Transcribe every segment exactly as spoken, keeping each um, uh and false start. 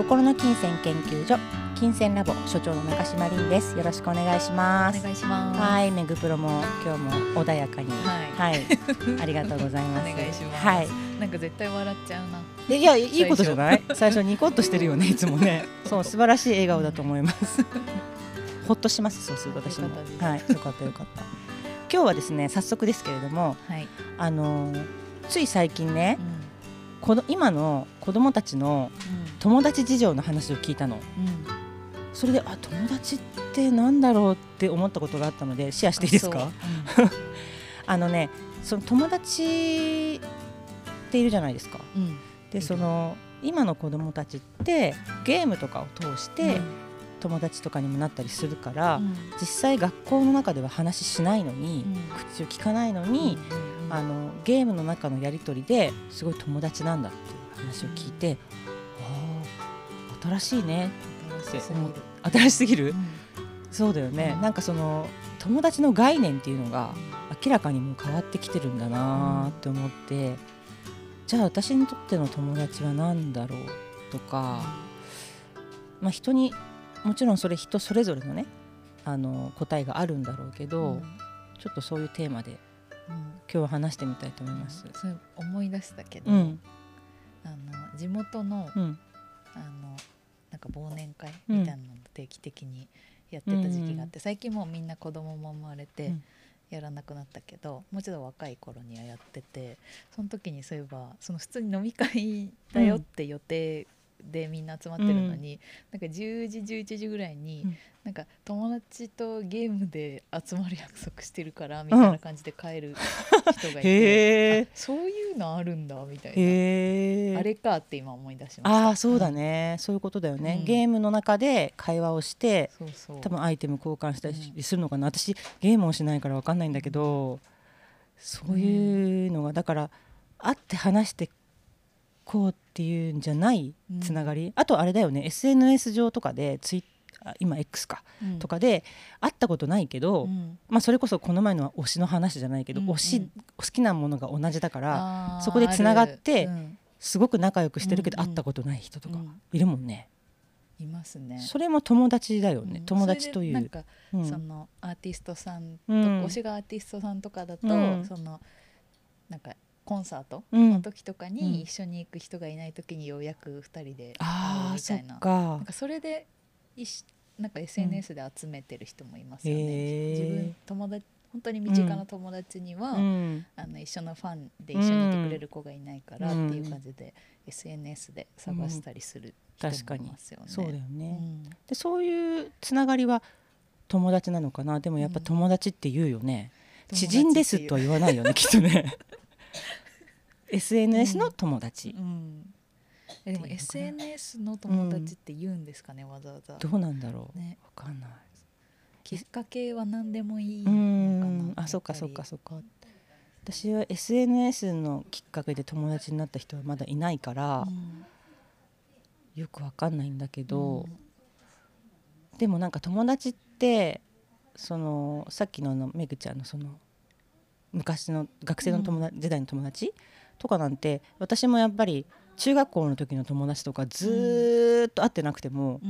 心の金銭研究所金銭ラボ所長の中島凛です。よろしくお願いします。 お願いします。 はい、メグプロも今日も穏やかに、はい、はい、ありがとうございます。 お願いします。はい、なんか絶対笑っちゃうな。 いや、いいことじゃない？最初ニコッとしてるよね、いつもね。そう、素晴らしい笑顔だと思います。ほっとします。そうすると私も。はい、よかったよかった。今日はですね、早速ですけれども、はい、あのつい最近ね、うん、この今の子どもたちの友達事情の話を聞いたの、うん、それであ友達ってなんだろうって思ったことがあったのでシェアしていいですか？あ、うん、あのね、その友達っているじゃないですか、うん、でその今の子どもたちってゲームとかを通して、うん、友達とかにもなったりするから、うん、実際学校の中では話しないのに、うん、口を聞かないのに、うん、あのゲームの中のやり取りですごい友達なんだっていう話を聞いて、うん、あ新しいねって思う。新しすぎる、うん、そうだよね、うん、なんかその友達の概念っていうのが明らかにもう変わってきてるんだなって思って、うん、じゃあ私にとっての友達は何だろうとか、まあ、人にもちろんそれ人それぞれのねあの答えがあるんだろうけど、うん、ちょっとそういうテーマで、うん、今日は話してみたいと思います。 それ思い出したけど、うん、あの地元の、うん、あのなんか忘年会みたいなのを定期的にやってた時期があって、うん、最近もうみんな子供も生まれてやらなくなったけど、もうちょっと若い頃にはやってて、その時にそういえばその普通に飲み会だよって予定でみんな集まってるのに、うん、なんかじゅうじじゅういちじぐらいに、うん、なんか友達とゲームで集まる約束してるからみたいな感じで帰る人がいて、うん、そういうのあるんだみたいな、あれかって今思い出しました。 あ、そうだね、うん、そういうことだよね、うん、ゲームの中で会話をして、そうそう、多分アイテム交換したりするのかな、うん、私ゲームをしないから分かんないんだけど、うん、そういうのがだから会って話してこうっていうんじゃないつながり、うん、あとあれだよね、 エスエヌエス 上とかでツイ今 X か、うん、とかで会ったことないけど、うん、まあ、それこそこの前のは推しの話じゃないけど、うんうん、推し好きなものが同じだからそこでつながって、うん、すごく仲良くしてるけど、うんうん、会ったことない人とかいるもんね、 いますね。 それも友達だよね、うん、友達というなんか、うん、そのアーティストさんと、うん、推しがアーティストさんとかだと、うん、そのなんかコンサートの時とかに一緒に行く人がいない時にようやくふたりで会うみたいな、うん、なんかそれでなんか エスエヌエス で集めてる人もいますよね、うん、自分友達本当に身近な友達には、うん、あの一緒のファンで一緒にいてくれる子がいないからっていう感じで、うん、エスエヌエス で探したりする人もいますよね、 うん、そうだよね、うん、でそういうつながりは友達なのかな。でもやっぱ友達って言うよね、うん、知人ですとは言わないよねきっとねエスエヌエス の友達、うんうん、 でも エスエヌエス の友達って言うんですかね、うん、わざわざ。 どうなんだろう、ね、分かんない。 きっかけは何でもいいのかな。 うん、あ、そっかそっかそっか。私は エスエヌエス のきっかけで友達になった人はまだいないから、うん、よく分かんないんだけど、うん、でもなんか友達ってそのさっきののめぐちゃんのその昔の学生の友達、うん、時代の友達とかなんて、私もやっぱり中学校の時の友達とかずっと会ってなくても、うん、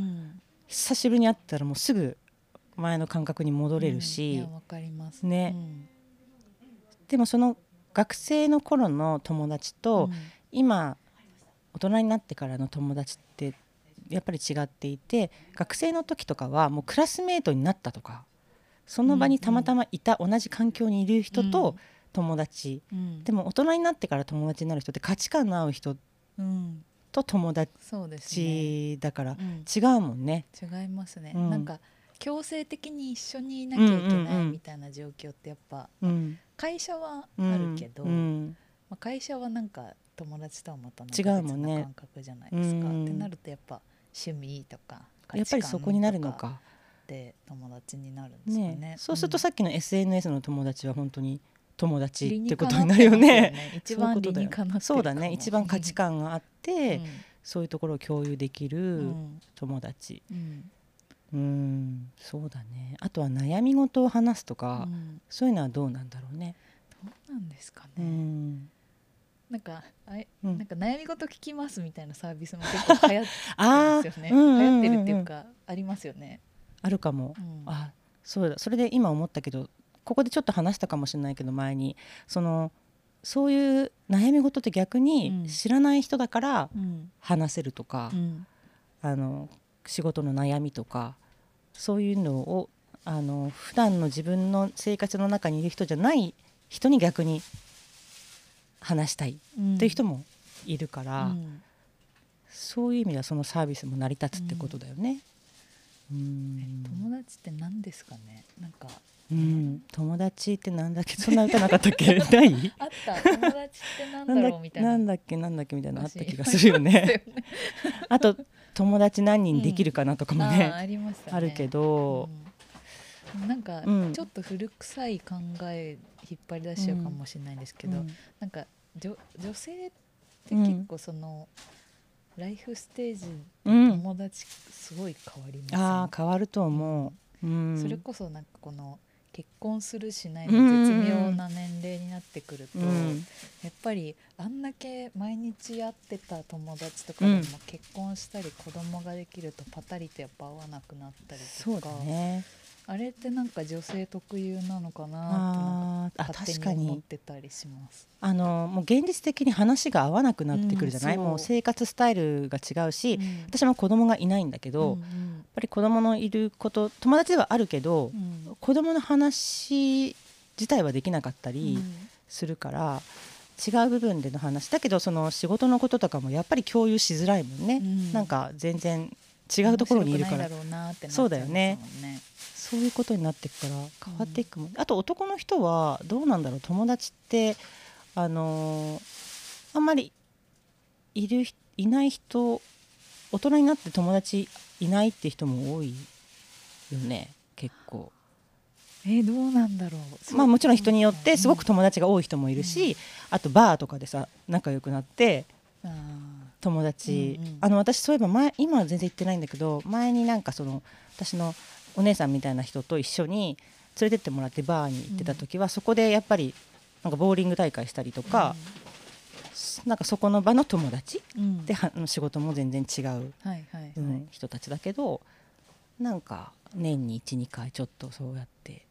久しぶりに会ったらもうすぐ前の感覚に戻れるし、 うん、いやわかりますね、うん、でもその学生の頃の友達と、うん、今大人になってからの友達ってやっぱり違っていて、学生の時とかはもうクラスメートになったとか、その場にたまたまいた、うん、同じ環境にいる人と友達、うん、でも大人になってから友達になる人って価値観の合う人と友達だから違うもんね、 うん、違いますね、うん、なんか強制的に一緒にいなきゃいけないみたいな状況ってやっぱ、うんうん、会社はあるけど、うんうんまあ、会社はなんか友達とはまた別な感覚じゃないですか、ね、ってなるとやっぱ趣味とか価値観とかやっぱりそこになるのかで友達になるんですか ね, ねそうするとさっきの エスエヌエス の友達は本当に友達ってことになるよね。 一番理にかなってるかも。 そうだね、一番価値観があって、うん、そういうところを共有できる友達、うん、うん、そうだね。あとは悩み事を話すとか、うん、そういうのはどうなんだろうね。 どうなんですかね、 うん、 ななんかあれ、うん、なんか悩み事聞きますみたいなサービスも結構流行ってますよね。流行ってるっていうかありますよね。 あるかも、うん、あそうだ。それで今思ったけど、ここでちょっと話したかもしれないけど、前にそのそういう悩み事って逆に知らない人だから話せるとか、うん、あの仕事の悩みとかそういうのをあの普段の自分の生活の中にいる人じゃない人に逆に話したいという人もいるから、うん、そういう意味ではそのサービスも成り立つってことだよね。 うん、友達って何ですかね。なんか、 うん、友達ってなんだっけ、そんな歌なかったっけないあった。友達ってなんだろうみたいな、 なんだっけなんだっけみたいなのあった気がするよねあと友達何人できるかなとかもね、うん、あ, あ, りましたね、あるけど、 うん、なんかちょっと古臭い考え引っ張り出しちゃうかもしれないんですけど、うん、なんか女, 女性って結構その、うん、ライフステージの友達すごい変わりますね、うん、 あ変わると思う、うん、 それこそなんかこの結婚するしないの絶妙な年齢になってくると、うん、やっぱりあんだけ毎日会ってた友達とかでも結婚したり子供ができるとパタリとやっぱ会わなくなったりとか、そうだね、あれってなんか女性特有なのかなって勝手に思ってたりします。 あのもう現実的に話が合わなくなってくるじゃない、うん、もう生活スタイルが違うし、うん、私も子供がいないんだけど、うんうん、やっぱり子供のいること友達ではあるけど、うん、子供の話自体はできなかったりするから、うん、違う部分での話だけど、その仕事のこととかもやっぱり共有しづらいもんね、うん、なんか全然違うところにいるから、そうだよね、そういうことになっていくから変わっていくもん、うん、あと男の人はどうなんだろう、友達ってあのー、あんまりいるいない人、大人になって友達いないって人も多いよね結構。 えー、どうなんだろう。 まあもちろん人によってすごく友達が多い人もいるし、うん、あとバーとかでさ仲良くなって友達、うんうん、あの私そういえば前今は全然行ってないんだけど、前になんかその私のお姉さんみたいな人と一緒に連れてってもらってバーに行ってた時は、うん、そこでやっぱりなんかボーリング大会したりとか、うん、なんかそこの場の友達、うん、で仕事も全然違う、はいはいはい、うん、人たちだけど、なんか年に いち,に 回ちょっとそうやって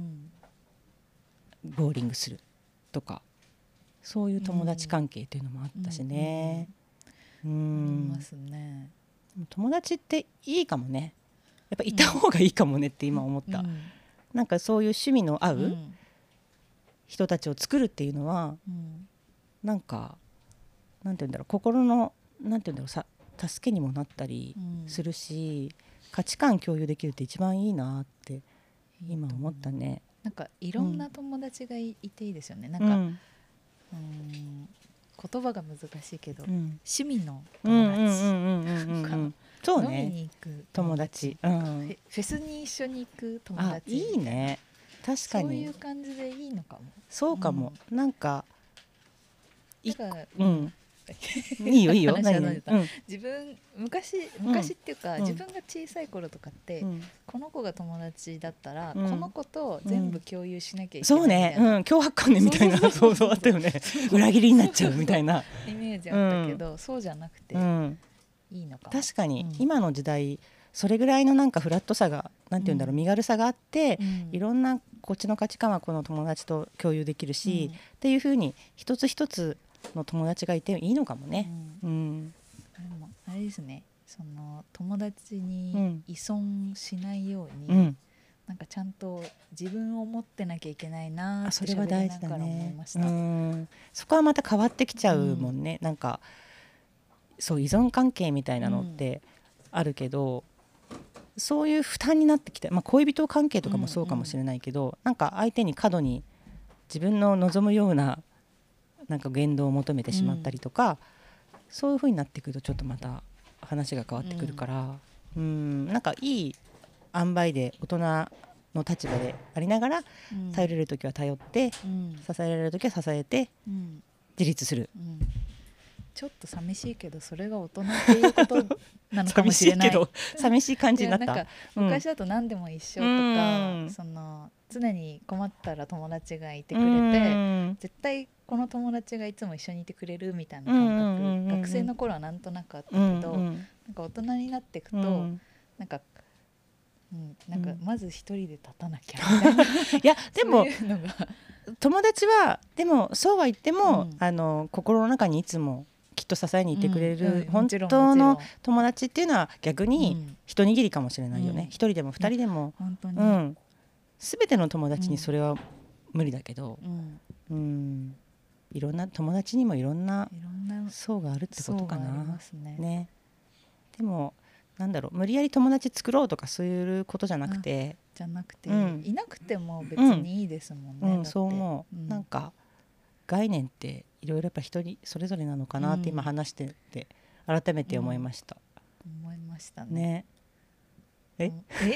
ボーリングするとか、そういう友達関係っていうのもあったしね、うんうんうん、ありますね。友達っていいかもね、やっぱいた方がいいかもねって今思った、うん、なんかそういう趣味の合う、うん人たちを作るっていうのは、うん、なんかなんて言うんだろう、心のなんて言うんだろうさ助けにもなったりするし、うん、価値観共有できるって一番いいなって今思ったね。 なんかいろんな友達が い,、うん、いていいですよね。なんか、うん、うん言葉が難しいけど、うん、趣味の友達とかそうね、 飲みに行く友達、うん、フェ、フェスに一緒に行く友達、 あいいね、確かにそういう感じでいいのかも。 そうかも、うん、なんかだから、 うん、いいよいいよ何々、うん、 自分昔昔っていうか、うん、自分が小さい頃とかって、うん、この子が友達だったら、うん、この子と全部共有しなきゃいけないみたいな、 そうね、うん、脅迫観念みたいな想像あったよね裏切りになっちゃうみたいなイメージあったけど、うん、そうじゃなくて、うん、いいのかも。 確かに、うん、今の時代それぐらいのなんかフラットさがなんていうんだろう、うん、身軽さがあって、うん、いろんなこっちの価値観はこの友達と共有できるし、うん、っていう風に一つ一つの友達がいていいのかもね、うんうん、 でもあれですね、その友達に依存しないように、うん、なんかちゃんと自分を持ってなきゃいけないなって喋りながら思いました。 それは大事だね。うん、そこはまた変わってきちゃうもんね、うん、なんかそう依存関係みたいなのってあるけど、そういう負担になってきて、まあ、恋人関係とかもそうかもしれないけど、うんうん、なんか相手に過度に自分の望むようななんか言動を求めてしまったりとか、うん、そういう風になってくるとちょっとまた話が変わってくるから、うん、うんなんかいい塩梅で大人の立場でありながら、うん、頼れる時は頼って、うん、支えられる時は支えて、うん、自立する、うん、 ちょっと寂しいけどそれが大人っていうことなのかもしれない寂しいけど寂しい感じになった。 なんか昔だと何でも一緒とか、うん、その常に困ったら友達がいてくれて、うん、絶対この友達がいつも一緒にいてくれるみたいな感覚、うんうんうんうん、学生の頃はなんとなくあったけど、うんうん、なんか大人になっていくと、うん、なんかうん、なんかまず一人で立たなきゃみたいな、うん、いやでも友達はでもそうは言っても、うん、あの心の中にいつもきっと支えにいてくれる、うんうん、本当の友達っていうのは逆に一握りかもしれないよね、うん、一人でも二人でも、 本当に、 うん、全ての友達にそれは無理だけど、 うんうん、いろんな友達にもいろんな層があるってことかな、 ねね、でもなんだろう無理やり友達作ろうとかそういうことじゃなくてじゃなくて、うん、いなくても別にいいですもんね、 うんうん、そう思う、うん、なんか概念っていろいろやっぱ人にそれぞれなのかなって今話してて改めて思いました、 うん、思いましたね。 ねえ、うん、 え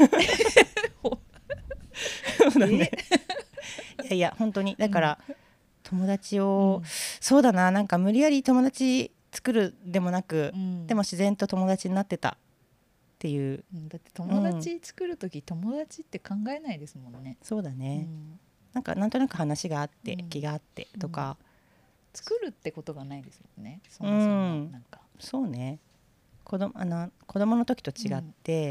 そうだねいやいや本当にだから、うん、友達を、うん、そうだななんか無理やり友達作るでもなく、うん、でも自然と友達になってたっていう、 うん、だって友達作るとき、うん、友達って考えないですもんね。 そうだね、うん、なんかなんとなく話があって、うん、気があってとか、 うん、作るってことがないですもんね。そもそもなんか、 うん、そうね子供あの子供の時と違って、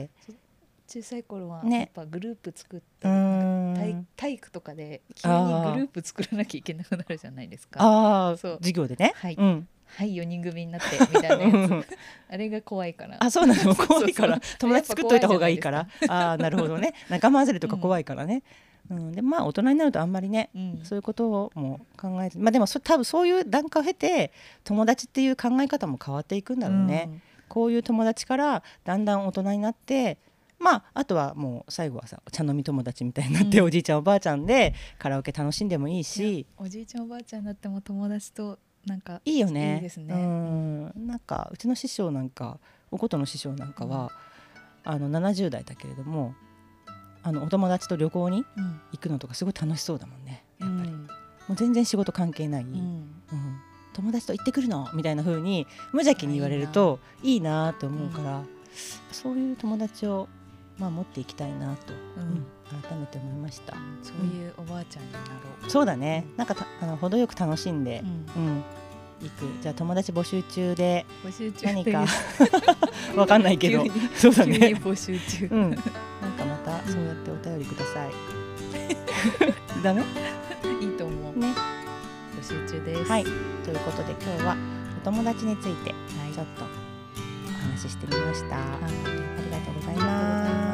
うん、小さい頃はやっぱグループ作って、ね、体, 体育とかで急にグループ作らなきゃいけなくなるじゃないですか。 あそう授業でね、 はい、 うんはい、よにん組になってみたいなやつあれが怖いから。 あ、そうなの怖いから友達作っといた方がいいからあ、なるほどね仲間外れとか怖いからね、うんうん、でまあ大人になるとあんまりね、うん、そういうことをも考えず、まあ、でもそ多分そういう段階を経て友達っていう考え方も変わっていくんだろうね、うん、こういう友達からだんだん大人になってまあ、あとはもう最後はさ茶飲み友達みたいになって、うん、おじいちゃんおばあちゃんでカラオケ楽しんでもいいし、 いおじいちゃんおばあちゃんになっても友達となんかいいよね。 いいですね。 うん、なんかうちの師匠なんかおことの師匠なんかは、うん、あのななじゅう代だけれどもあのお友達と旅行に行くのとかすごい楽しそうだもんね、やっぱり、うん、もう全然仕事関係ない、うんうん、友達と行ってくるのみたいな風に無邪気に言われるといいなと思うから、うん、そういう友達をまあ持っていきたいなと、うん、改めて思いました。 そういうおばあちゃんになろう。 そうだね、うん、なんかたあの程よく楽しんで、うんうん、行く。じゃあ友達募集中で募集中何かわかんないけどそうだね急に募集中、 うん、なんかまたそうやってお便りくださいダメ？ いいと思う、 ね、 募集中です。 はい、ということで今日はお友達についてちょっとお話ししてみました、はい、ありがとうございます。